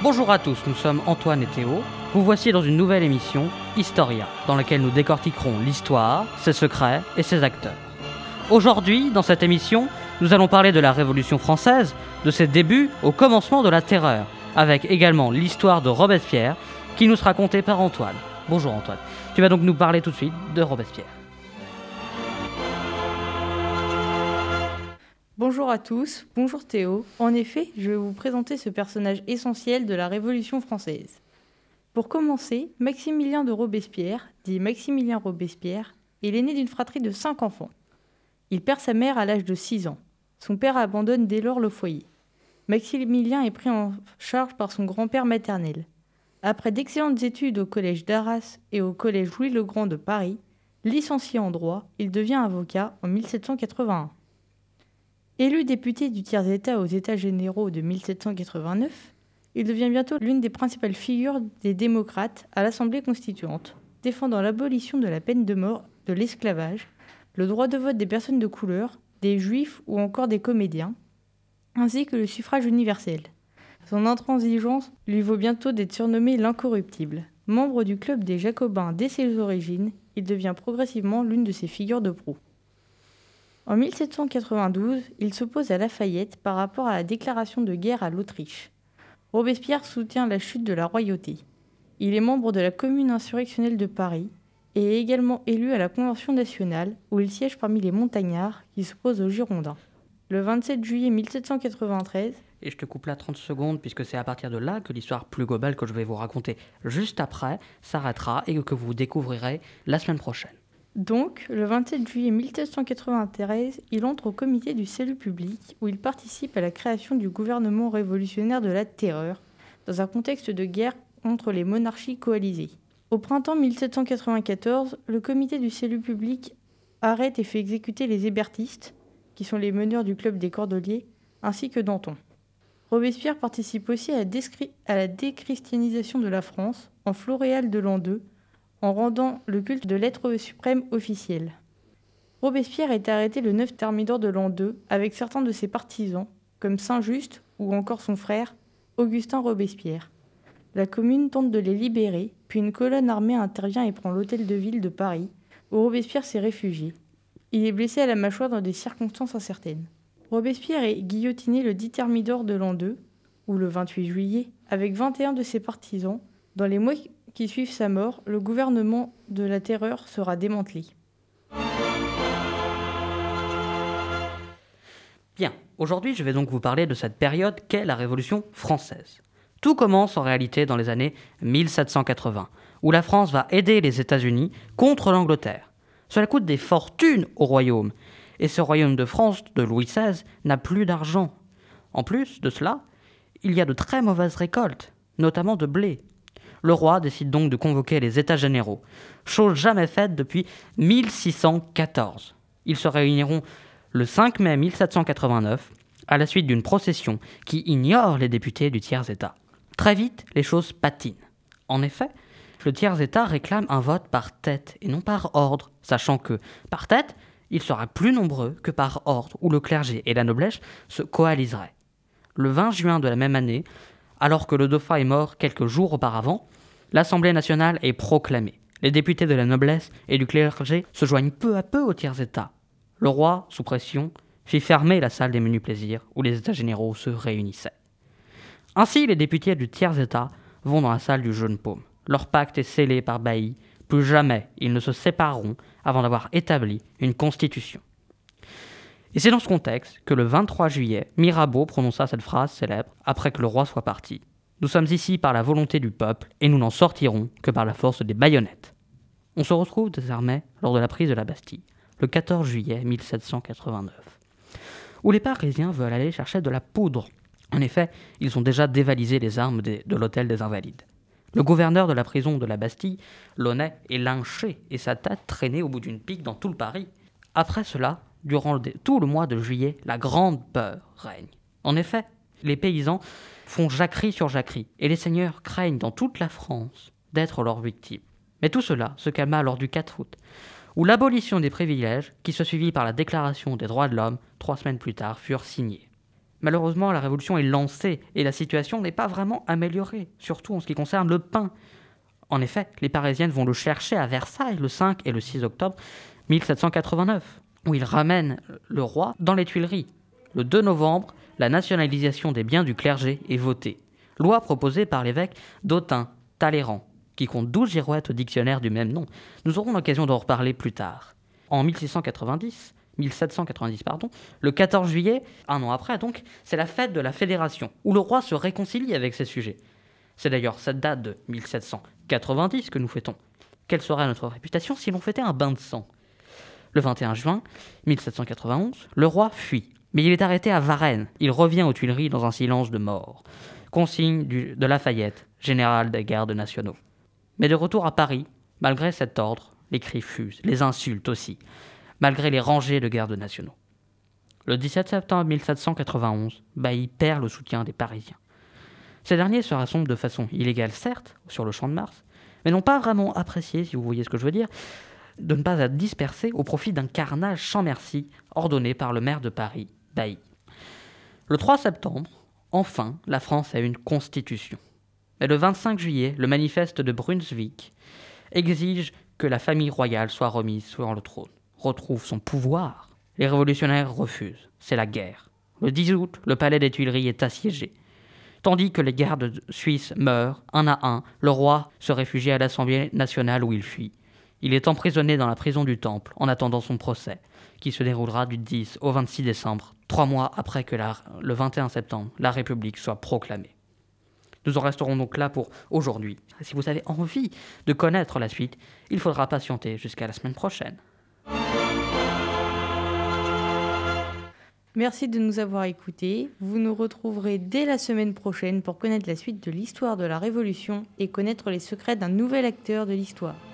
Bonjour à tous, nous sommes Antoine et Théo. Vous voici dans une nouvelle émission, Historia, dans laquelle nous décortiquerons l'histoire, ses secrets et ses acteurs. Aujourd'hui, dans cette émission, nous allons parler de la Révolution française, de ses débuts au commencement de la Terreur, avec également l'histoire de Robespierre, qui nous sera contée par Antoine. Bonjour Antoine, tu vas donc nous parler tout de suite de Robespierre. Bonjour à tous, bonjour Théo. En effet, je vais vous présenter ce personnage essentiel de la Révolution française. Pour commencer, Maximilien de Robespierre, dit Maximilien Robespierre, est l'aîné d'une fratrie de 5 enfants. Il perd sa mère à l'âge de 6 ans. Son père abandonne dès lors le foyer. Maximilien est pris en charge par son grand-père maternel. Après d'excellentes études au collège d'Arras et au collège Louis-le-Grand de Paris, licencié en droit, il devient avocat en 1781. Élu député du tiers-État aux États généraux de 1789, il devient bientôt l'une des principales figures des démocrates à l'Assemblée constituante, défendant l'abolition de la peine de mort, de l'esclavage, le droit de vote des personnes de couleur, des juifs ou encore des comédiens, ainsi que le suffrage universel. Son intransigeance lui vaut bientôt d'être surnommé l'incorruptible. Membre du club des Jacobins dès ses origines, il devient progressivement l'une de ses figures de proue. En 1792, il s'oppose à Lafayette par rapport à la déclaration de guerre à l'Autriche. Robespierre soutient la chute de la royauté. Il est membre de la Commune insurrectionnelle de Paris et est également élu à la Convention nationale où il siège parmi les montagnards qui s'opposent aux Girondins. Le 27 juillet 1793, Et je te coupe là 30 secondes puisque c'est à partir de là que l'histoire plus globale que je vais vous raconter juste après s'arrêtera et que vous découvrirez la semaine prochaine. donc, le 27 juillet 1793, il entre au comité du salut public où il participe à la création du gouvernement révolutionnaire de la Terreur dans un contexte de guerre contre les monarchies coalisées. Au printemps 1794, le comité du salut public arrête et fait exécuter les hébertistes, qui sont les meneurs du club des Cordeliers, ainsi que Danton. Robespierre participe aussi à la déchristianisation de la France en Floréal de l'an 2, en rendant le culte de l'être suprême officiel. Robespierre est arrêté le 9 Thermidor de l'an 2 avec certains de ses partisans, comme Saint-Just ou encore son frère, Augustin Robespierre. La Commune tente de les libérer, puis une colonne armée intervient et prend l'hôtel de ville de Paris, où Robespierre s'est réfugié. Il est blessé à la mâchoire dans des circonstances incertaines. Robespierre est guillotiné le 10 Thermidor de l'an 2, ou le 28 juillet, avec 21 de ses partisans. Dans les mois qui suivent sa mort, le gouvernement de la Terreur sera démantelé. Bien, aujourd'hui je vais donc vous parler de cette période qu'est la Révolution française. Tout commence en réalité dans les années 1780, où la France va aider les États-Unis contre l'Angleterre. Cela coûte des fortunes au royaume, et ce royaume de France de Louis XVI n'a plus d'argent. En plus de cela, il y a de très mauvaises récoltes, notamment de blé. Le roi décide donc de convoquer les États généraux, chose jamais faite depuis 1614. Ils se réuniront le 5 mai 1789, à la suite d'une procession qui ignore les députés du tiers-État. Très vite, les choses patinent. En effet, le tiers-État réclame un vote par tête et non par ordre, sachant que, par tête, il sera plus nombreux que par ordre, où le clergé et la noblesse se coaliseraient. Le 20 juin de la même année, alors que le dauphin est mort quelques jours auparavant, l'Assemblée nationale est proclamée. Les députés de la noblesse et du clergé se joignent peu à peu au tiers-État. Le roi, sous pression, fit fermer la salle des menus plaisirs où les États généraux se réunissaient. Ainsi, les députés du tiers-État vont dans la salle du Jaune Paume. Leur pacte est scellé par Bailly. Plus jamais ils ne se sépareront avant d'avoir établi une constitution. Et c'est dans ce contexte que le 23 juillet, Mirabeau prononça cette phrase célèbre après que le roi soit parti. « Nous sommes ici par la volonté du peuple et nous n'en sortirons que par la force des baïonnettes. » On se retrouve désormais lors de la prise de la Bastille, le 14 juillet 1789, où les Parisiens veulent aller chercher de la poudre. En effet, ils ont déjà dévalisé les armes de l'hôtel des Invalides. Le gouverneur de la prison de la Bastille, Launay, est lynché et sa tête traînée au bout d'une pique dans tout le Paris. Après cela, durant tout le mois de juillet, la grande peur règne. En effet, les paysans font jacquerie sur jacquerie, et les seigneurs craignent dans toute la France d'être leurs victimes. Mais tout cela se calma lors du 4 août, où l'abolition des privilèges, qui se suivit par la Déclaration des droits de l'homme, 3 semaines plus tard, furent signés. Malheureusement, la révolution est lancée et la situation n'est pas vraiment améliorée, surtout en ce qui concerne le pain. En effet, les Parisiennes vont le chercher à Versailles le 5 et le 6 octobre 1789, où ils ramènent le roi dans les Tuileries. Le 2 novembre, la nationalisation des biens du clergé est votée. Loi proposée par l'évêque d'Autun, Talleyrand, qui compte 12 girouettes au dictionnaire du même nom. Nous aurons l'occasion d'en reparler plus tard. En 1790, le 14 juillet, un an après donc, c'est la fête de la Fédération, où le roi se réconcilie avec ses sujets. C'est d'ailleurs cette date de 1790 que nous fêtons. Quelle serait notre réputation si l'on fêtait un bain de sang ? Le 21 juin 1791, le roi fuit, mais il est arrêté à Varennes. Il revient aux Tuileries dans un silence de mort. Consigne de Lafayette, général des gardes nationaux. Mais de retour à Paris, malgré cet ordre, les cris fusent, les insultes aussi, malgré les rangées de gardes nationaux. Le 17 septembre 1791, Bailly perd le soutien des Parisiens. Ces derniers se rassemblent de façon illégale, certes, sur le Champ de Mars, mais n'ont pas vraiment apprécié, si vous voyez ce que je veux dire, de ne pas être dispersés au profit d'un carnage sans merci ordonné par le maire de Paris, Bailly. Le 3 septembre, enfin, la France a une constitution. Mais le 25 juillet, le manifeste de Brunswick exige que la famille royale soit remise sur le trône, retrouve son pouvoir. Les révolutionnaires refusent, c'est la guerre. Le 10 août, le palais des Tuileries est assiégé. Tandis que les gardes suisses meurent, un à un, le roi se réfugie à l'Assemblée nationale où il fuit. Il est emprisonné dans la prison du Temple en attendant son procès, qui se déroulera du 10 au 26 décembre, 3 mois après que le 21 septembre, la République soit proclamée. Nous en resterons donc là pour aujourd'hui. Si vous avez envie de connaître la suite, il faudra patienter jusqu'à la semaine prochaine. Merci de nous avoir écoutés. Vous nous retrouverez dès la semaine prochaine pour connaître la suite de l'histoire de la Révolution et connaître les secrets d'un nouvel acteur de l'histoire.